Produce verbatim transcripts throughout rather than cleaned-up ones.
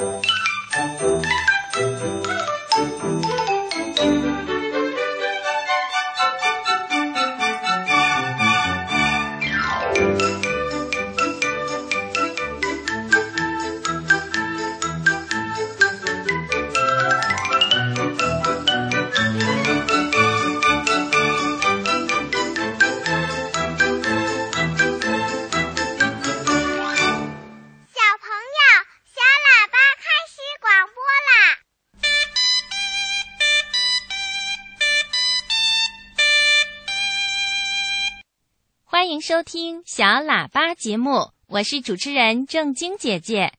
欢迎收听小喇叭节目，我是主持人正晶姐姐。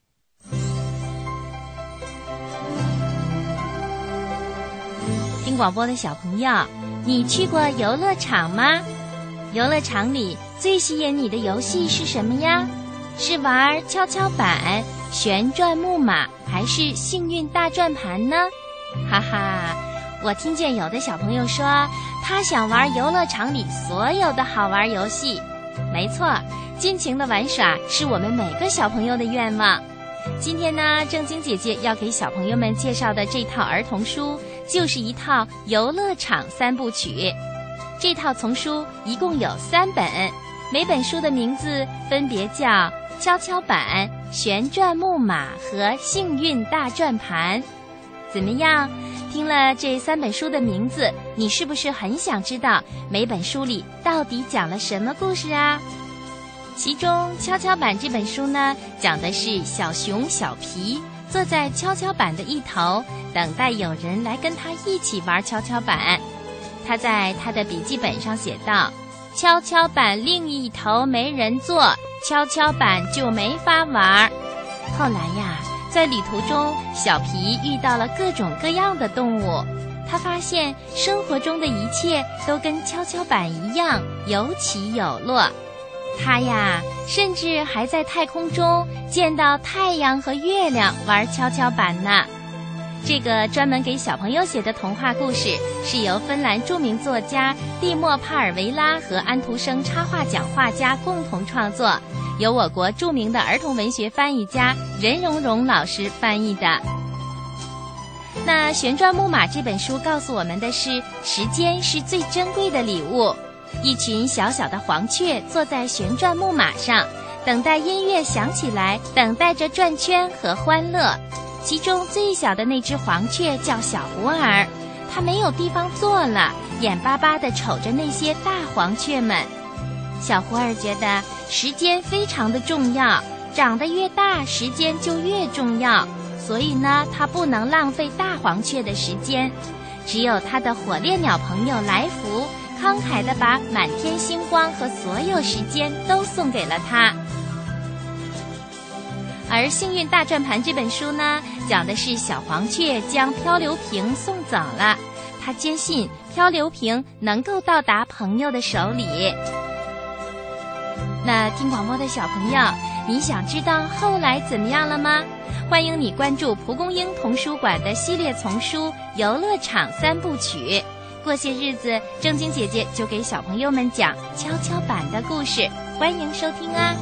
听广播的小朋友，你去过游乐场吗？游乐场里最吸引你的游戏是什么呀？是玩跷跷板、旋转木马，还是幸运大转盘呢？哈哈，我听见有的小朋友说他想玩游乐场里所有的好玩游戏。没错，尽情的玩耍是我们每个小朋友的愿望。今天呢，正晶姐姐要给小朋友们介绍的这套儿童书就是一套游乐场三部曲。这套丛书一共有三本，每本书的名字分别叫跷跷板、旋转木马和幸运大转盘。怎么样？听了这三本书的名字，你是不是很想知道每本书里到底讲了什么故事啊？其中跷跷板这本书呢，讲的是小熊小皮坐在跷跷板的一头，等待有人来跟他一起玩跷跷板。他在他的笔记本上写道：跷跷板另一头没人坐，跷跷板就没法玩。后来呀，在旅途中，小皮遇到了各种各样的动物，他发现生活中的一切都跟跷跷板一样有起有落。他呀，甚至还在太空中见到太阳和月亮玩跷跷板呢。这个专门给小朋友写的童话故事，是由芬兰著名作家蒂莫·帕尔维拉和安徒生插画奖画家共同创作，由我国著名的儿童文学翻译家任溶溶老师翻译的。那《旋转木马》这本书告诉我们的是，时间是最珍贵的礼物。一群小小的黄雀坐在旋转木马上，等待音乐响起来，等待着转圈和欢乐。其中最小的那只黄雀叫小胡儿，它没有地方坐了，眼巴巴地瞅着那些大黄雀们。小胡儿觉得时间非常的重要，长得越大，时间就越重要，所以呢，它不能浪费大黄雀的时间。只有它的火烈鸟朋友来福，慷慨地把满天星光和所有时间都送给了它。而《幸运大转盘》这本书呢，讲的是小黄雀将漂流瓶送走了，它坚信漂流瓶能够到达朋友的手里。那听广播的小朋友，你想知道后来怎么样了吗？欢迎你关注蒲公英童书馆的系列丛书《游乐场三部曲》。过些日子，正晶姐姐就给小朋友们讲跷跷板的故事，欢迎收听啊！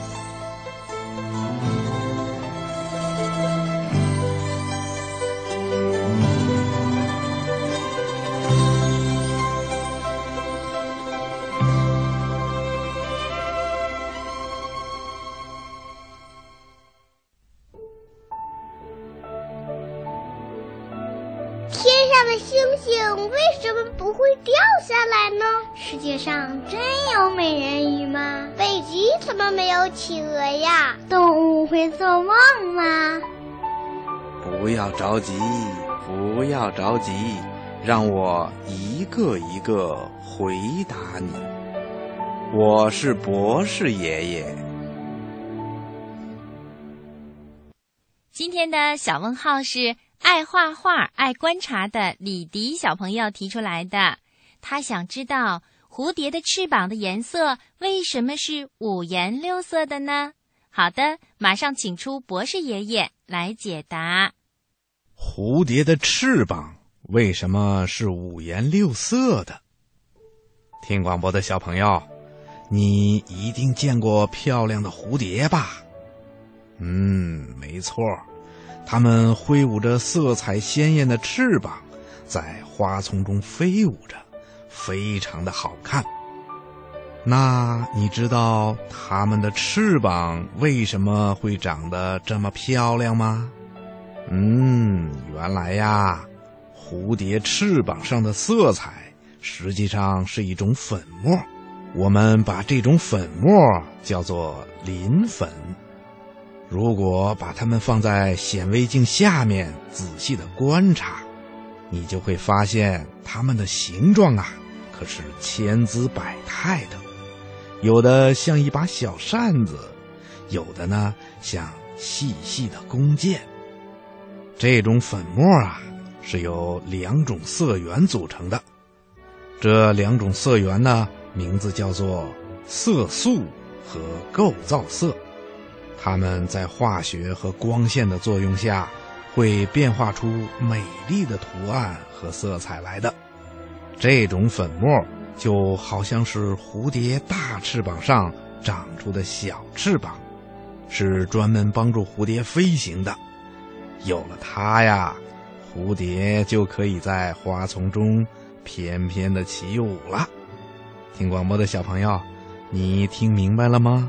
天上的星星为什么不会掉下来呢？世界上真有美人鱼吗？北极怎么没有企鹅呀？动物会做梦吗？ 不要着急，不要着急，让我一个一个回答你。我是博士爷爷。 今天的小问号是爱画画、爱观察的李迪小朋友提出来的。他想知道蝴蝶的翅膀的颜色为什么是五颜六色的呢？好的，马上请出博士爷爷来解答。 蝴蝶的翅膀为什么是五颜六色的？听广播的小朋友，你一定见过漂亮的蝴蝶吧？嗯，没错， 它们挥舞着色彩鲜艳的翅膀，在花丛中飞舞着，非常的好看。那你知道它们的翅膀为什么会长得这么漂亮吗？嗯，原来呀，蝴蝶翅膀上的色彩实际上是一种粉末，我们把这种粉末叫做磷粉。如果把它们放在显微镜下面仔细的观察，你就会发现它们的形状啊，可是千姿百态的。有的像一把小扇子，有的呢像细细的弓箭。这种粉末啊，是由两种色源组成的。这两种色源呢，名字叫做色素和构造色。它们在化学和光线的作用下，会变化出美丽的图案和色彩来的。这种粉末就好像是蝴蝶大翅膀上长出的小翅膀，是专门帮助蝴蝶飞行的。有了它呀，蝴蝶就可以在花丛中翩翩地起舞了。听广播的小朋友，你听明白了吗？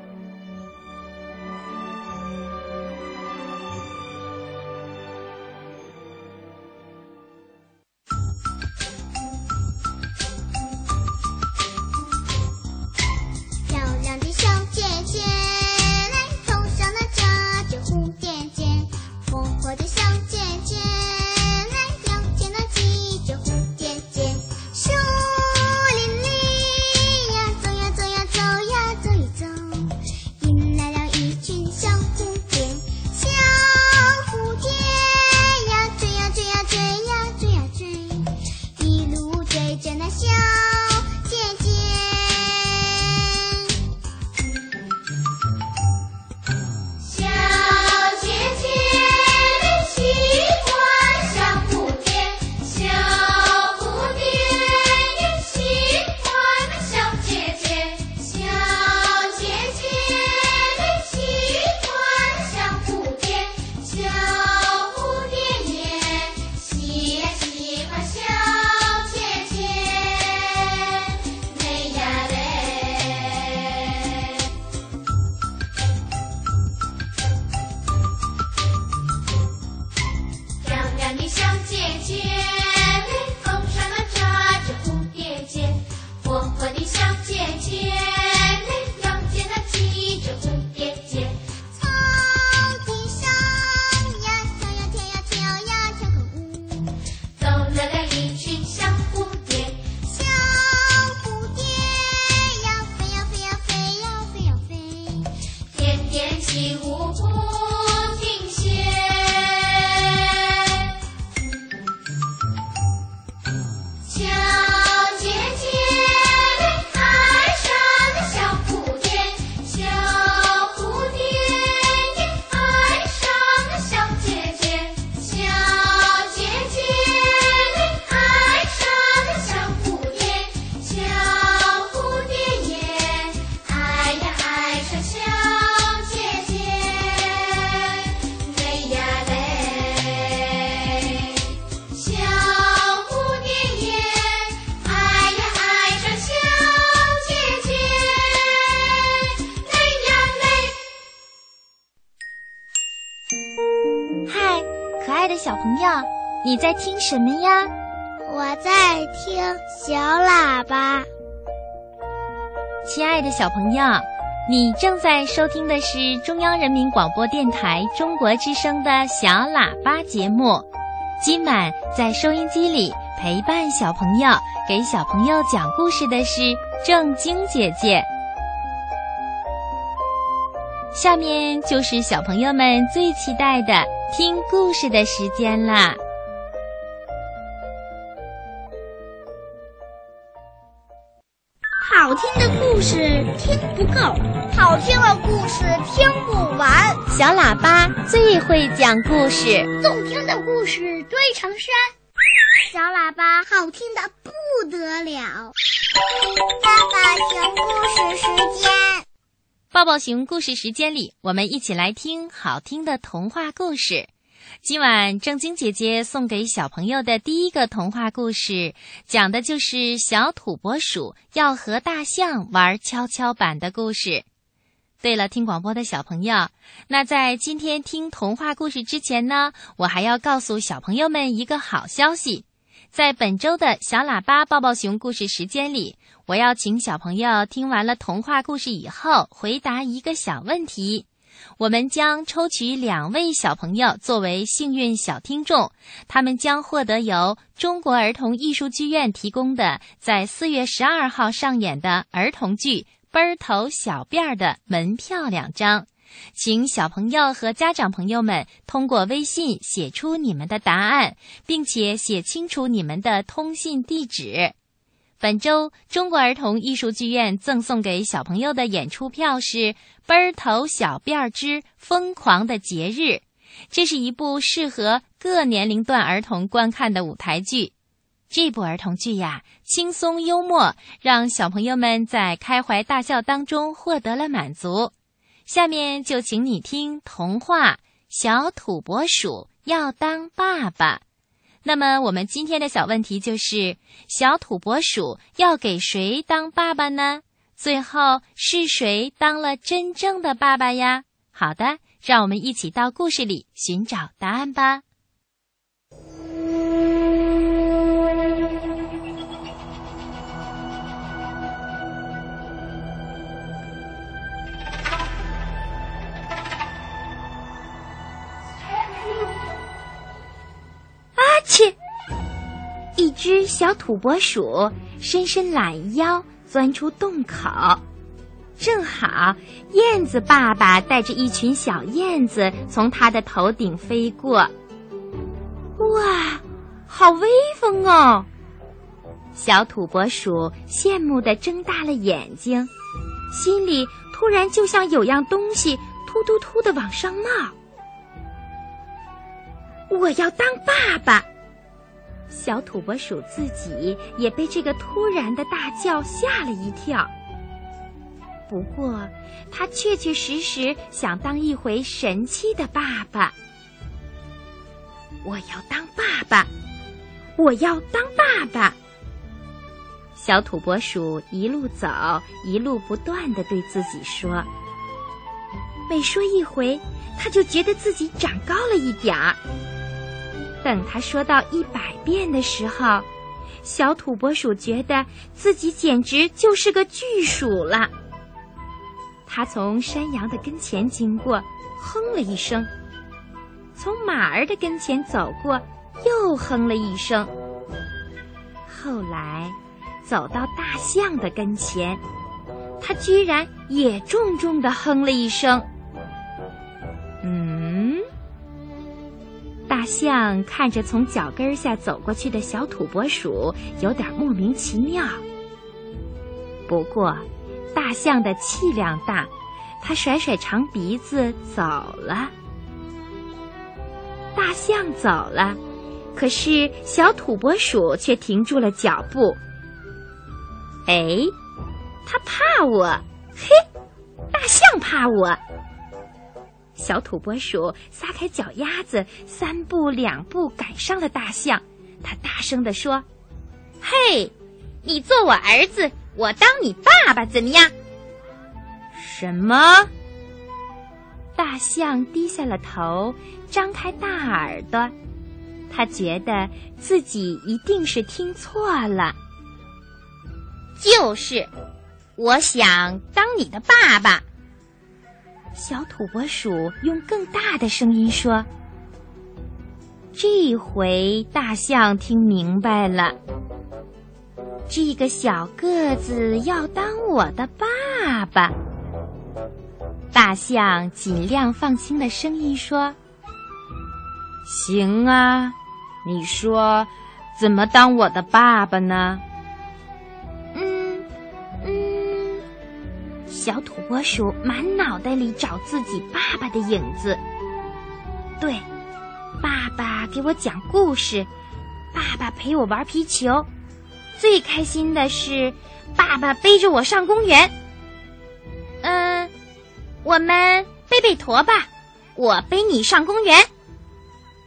小朋友，你在听什么呀？ 我在听小喇叭。 亲爱的小朋友，你正在收听的是中央人民广播电台中国之声的小喇叭节目。今晚在收音机里陪伴小朋友、给小朋友讲故事的是正晶姐姐。下面就是小朋友们最期待的听故事的时间啦！ 好听的故事听不够，好听的故事听不完。 小喇叭最会讲故事， 动听的故事堆成山。小喇叭好听的不得了。爸爸讲故事时间。 抱抱熊故事时间里，我们一起来听好听的童话故事。 今晚正经姐姐送给小朋友的第一个童话故事，讲的就是小土拨鼠要和大象玩跷跷板的故事。对了，听广播的小朋友，那在今天听童话故事之前呢，我还要告诉小朋友们一个好消息。在本周的小喇叭抱抱熊故事时间里，我要请小朋友听完了童话故事以后，回答一个小问题。我们将抽取两位小朋友作为幸运小听众，他们将获得由中国儿童艺术剧院提供的在四月十二号上演的儿童剧奔儿头小辫儿的门票两张。请小朋友和家长朋友们通过微信写出你们的答案，并且写清楚你们的通信地址。本周中国儿童艺术剧院赠送给小朋友的演出票是《奔儿头小辫儿之疯狂的节日》，这是一部适合各年龄段儿童观看的舞台剧。这部儿童剧呀，轻松幽默，让小朋友们在开怀大笑当中获得了满足。下面就请你听童话《小土拨鼠要当爸爸》。那么我们今天的小问题就是，小土拨鼠要给谁当爸爸呢？最后是谁当了真正的爸爸呀？好的，让我们一起到故事里寻找答案吧。 切！一只小土拨鼠伸伸懒腰，钻出洞口。正好燕子爸爸带着一群小燕子从他的头顶飞过。哇，好威风哦！小土拨鼠羡慕地睁大了眼睛，心里突然就像有样东西突突突地往上冒。我要当爸爸！小土拨鼠自己也被这个突然的大叫吓了一跳。不过，他确确实实想当一回神气的爸爸。我要当爸爸！我要当爸爸！小土拨鼠一路走，一路不断地对自己说。每说一回，他就觉得自己长高了一点儿。等他说到一百遍的时候，小土拨鼠觉得自己简直就是个巨鼠了。他从山羊的跟前经过，哼了一声；从马儿的跟前走过，又哼了一声。后来走到大象的跟前，他居然也重重地哼了一声。嗯。大象看着从脚跟下走过去的小土拨鼠，有点莫名其妙。不过，大象的气量大，它甩甩长鼻子走了。大象走了，可是小土拨鼠却停住了脚步。哎，它怕我！嘿，大象怕我！小土拨鼠撒开脚丫子，三步两步赶上了大象。他大声地说：“嘿，你做我儿子，我当你爸爸，怎么样？”什么？大象低下了头，张开大耳朵。他觉得自己一定是听错了。就是，我想当你的爸爸。小土拨鼠用更大的声音说。这回大象听明白了，这个小个子要当我的爸爸。大象尽量放轻的声音说：“行啊，你说怎么当我的爸爸呢？”小土拨鼠满脑袋里找自己爸爸的影子。对，爸爸给我讲故事，爸爸陪我玩皮球，最开心的是爸爸背着我上公园。嗯，我们背背驮吧，我背你上公园。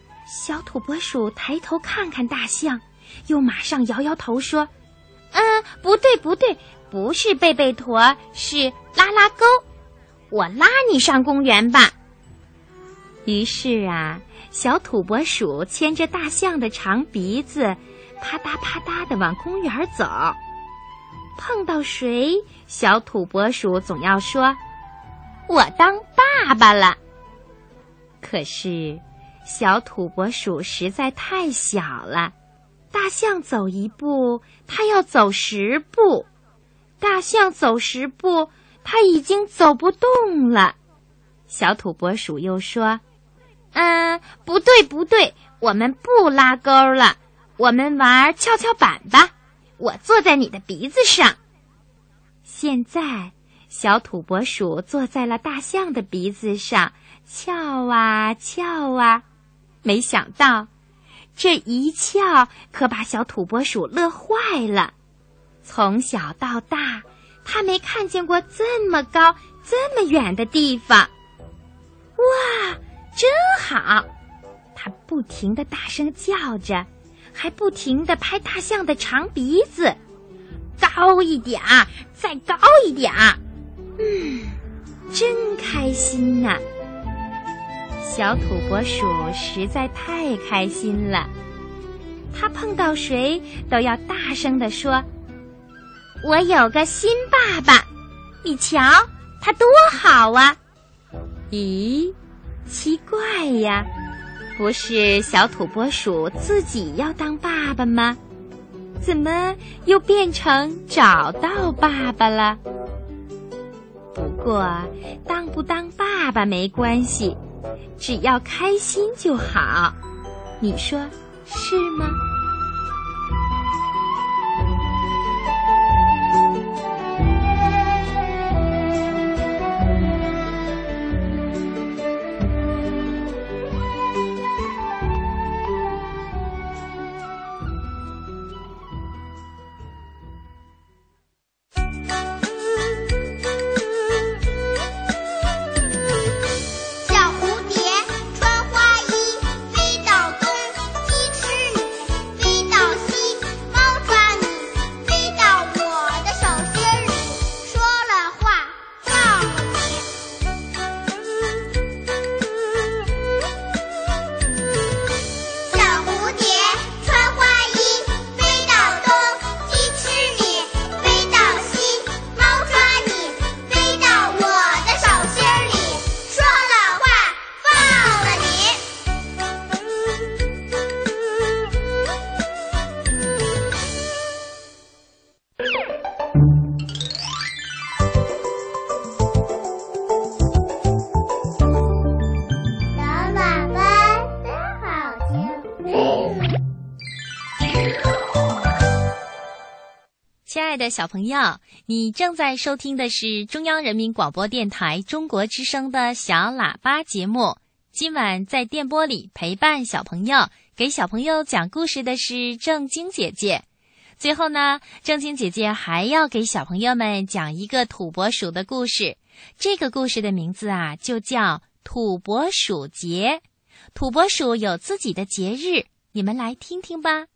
小土拨鼠抬头看看大象，又马上摇摇头说：“ 嗯，不对不对，不是贝贝驼，是拉拉钩。我拉你上公园吧。” 于是啊，小土拨鼠牵着大象的长鼻子，啪嗒啪嗒地往公园走。碰到谁，小土拨鼠总要说：“ 我当爸爸了。” 可是小土拨鼠实在太小了，大象走一步，它要走十步；大象走十步，它已经走不动了。小土拨鼠又说：“ 嗯，不对不对，我们不拉钩了，我们玩跷跷板吧。我坐在你的鼻子上。” 现在，小土拨鼠坐在了大象的鼻子上，翘啊翘啊。没想到，这一翘可把小土拨鼠乐坏了。从小到大，它没看见过这么高、这么远的地方。哇，真好！它不停地大声叫着，还不停地拍大象的长鼻子。 高一点儿，再高一点儿。 嗯，真开心呐！小土拨鼠实在太开心了，它碰到谁都要大声地说：“ 我有个新爸爸，你瞧，他多好啊！” 咦，奇怪呀，不是小土拨鼠自己要当爸爸吗？怎么又变成找到爸爸了？不过当不当爸爸没关系，只要开心就好，你说是吗？ 亲爱的小朋友，你正在收听的是中央人民广播电台中国之声的小喇叭节目。今晚在电波里陪伴小朋友，给小朋友讲故事的是正晶姐姐。最后呢，正晶姐姐还要给小朋友们讲一个土拨鼠的故事。这个故事的名字啊，就叫土拨鼠节。土拨鼠有自己的节日，你们来听听吧。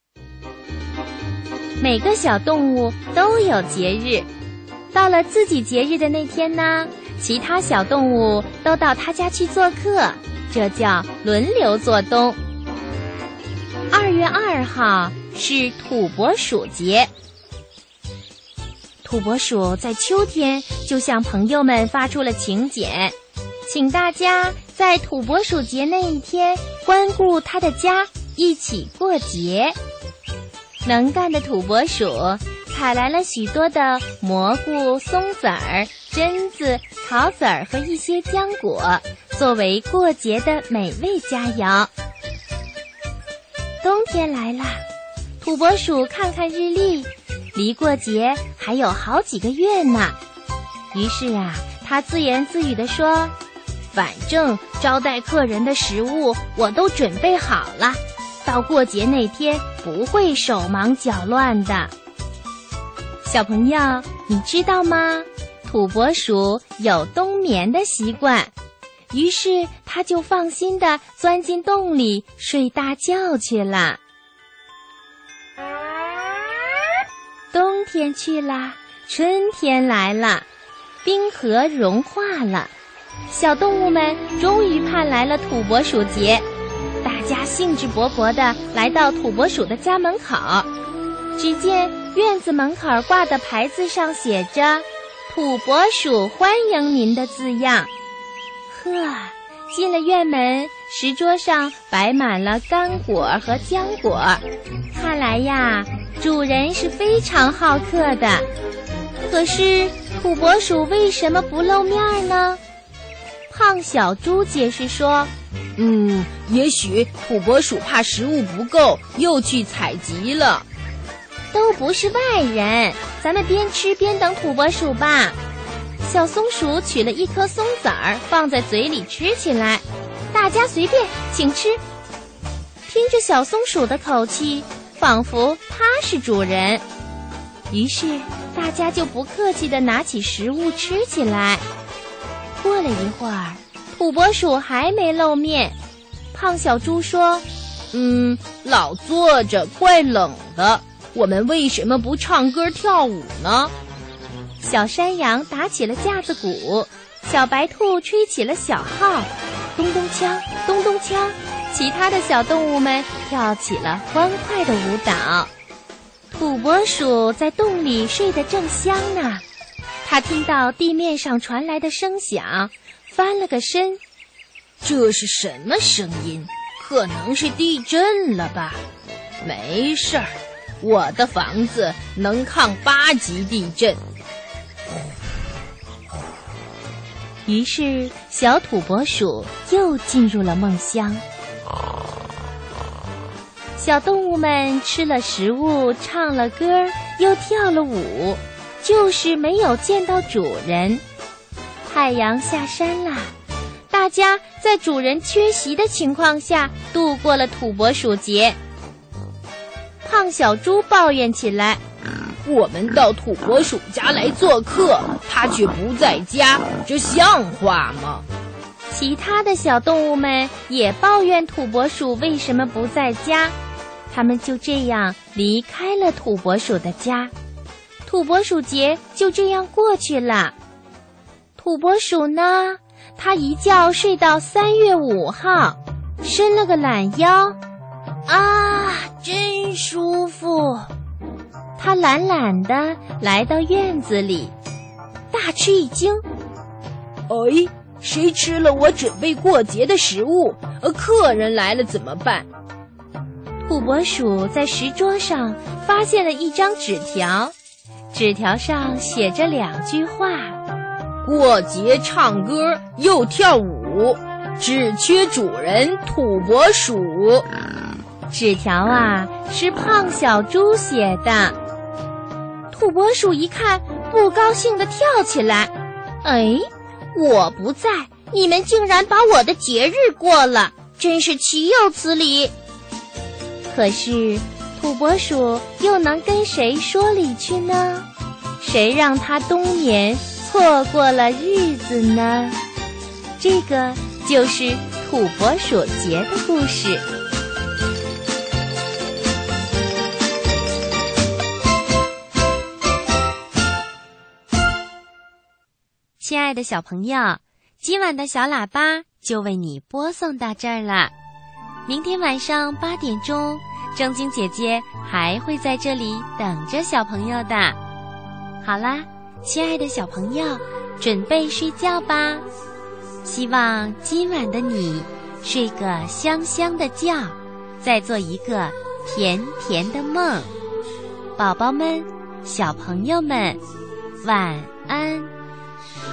每个小动物都有节日，到了自己节日的那天呢，其他小动物都到他家去做客，这叫轮流做东。二月二号是土拨鼠节。土拨鼠在秋天就向朋友们发出了请柬，请大家在土拨鼠节那一天光顾他的家，一起过节。能干的土拨鼠采来了许多的蘑菇、松子儿、榛子、桃子儿和一些浆果，作为过节的美味佳肴。冬天来了，土拨鼠看看日历，离过节还有好几个月呢。于是啊，他自言自语地说：“反正招待客人的食物我都准备好了，到过节那天不会手忙脚乱的。”小朋友，你知道吗？土拨鼠有冬眠的习惯， 于是他就放心地钻进洞里睡大觉去了。冬天去了，春天来了，冰河融化了，小动物们终于盼来了土拨鼠节。大家兴致勃勃地来到土拨鼠的家门口，只见院子门口挂的牌子上写着“土拨鼠欢迎您”的字样。呵，进了院门，石桌上摆满了干果和浆果，看来呀，主人是非常好客的。可是土拨鼠为什么不露面呢？胖小猪解释说， 嗯，也许土拨鼠怕食物不够，又去采集了。 都不是外人，咱们边吃边等土拨鼠吧。小松鼠取了一颗松子儿放在嘴里吃起来，大家随便，请吃。听着小松鼠的口气，仿佛它是主人，于是大家就不客气地拿起食物吃起来。过了一会儿，土拨鼠还没露面。胖小猪说， 嗯，老坐着怪冷的，我们为什么不唱歌跳舞呢？ 小山羊打起了架子鼓，小白兔吹起了小号，咚咚锵，咚咚锵，其他的小动物们跳起了欢快的舞蹈。土拨鼠在洞里睡得正香呢，他听到地面上传来的声响，翻了个身。 这是什么声音？可能是地震了吧？没事儿，我的房子能抗八级地震。 于是小土拨鼠又进入了梦乡。小动物们吃了食物，唱了歌，又跳了舞，就是没有见到主人。太阳下山了，大家在主人缺席的情况下度过了土拨鼠节。胖小猪抱怨起来， 我们到土拨鼠家来做客，他却不在家，这像话吗？ 其他的小动物们也抱怨土拨鼠为什么不在家，他们就这样离开了土拨鼠的家。土拨鼠节就这样过去了。土拨鼠呢，他一觉睡到三月五号，伸了个懒腰，啊，真舒服。他懒懒地来到院子里，大吃一惊。 哎，谁吃了我准备过节的食物？呃，客人来了怎么办？ 土拨鼠在石桌上发现了一张纸条，纸条上写着两句话： 过节唱歌又跳舞，只缺主人土拨鼠。 纸条啊，是胖小猪写的。土拨鼠一看，不高兴地跳起来。哎，我不在，你们竟然把我的节日过了，真是岂有此理！可是土拨鼠又能跟谁说理去呢？谁让他冬眠错过了日子呢？这个就是土拨鼠节的故事。亲爱的小朋友，今晚的小喇叭就为你播送到这儿了。明天晚上八点钟，正晶姐姐还会在这里等着小朋友的。好啦，亲爱的小朋友，准备睡觉吧。希望今晚的你睡个香香的觉，再做一个甜甜的梦。宝宝们，小朋友们，晚安。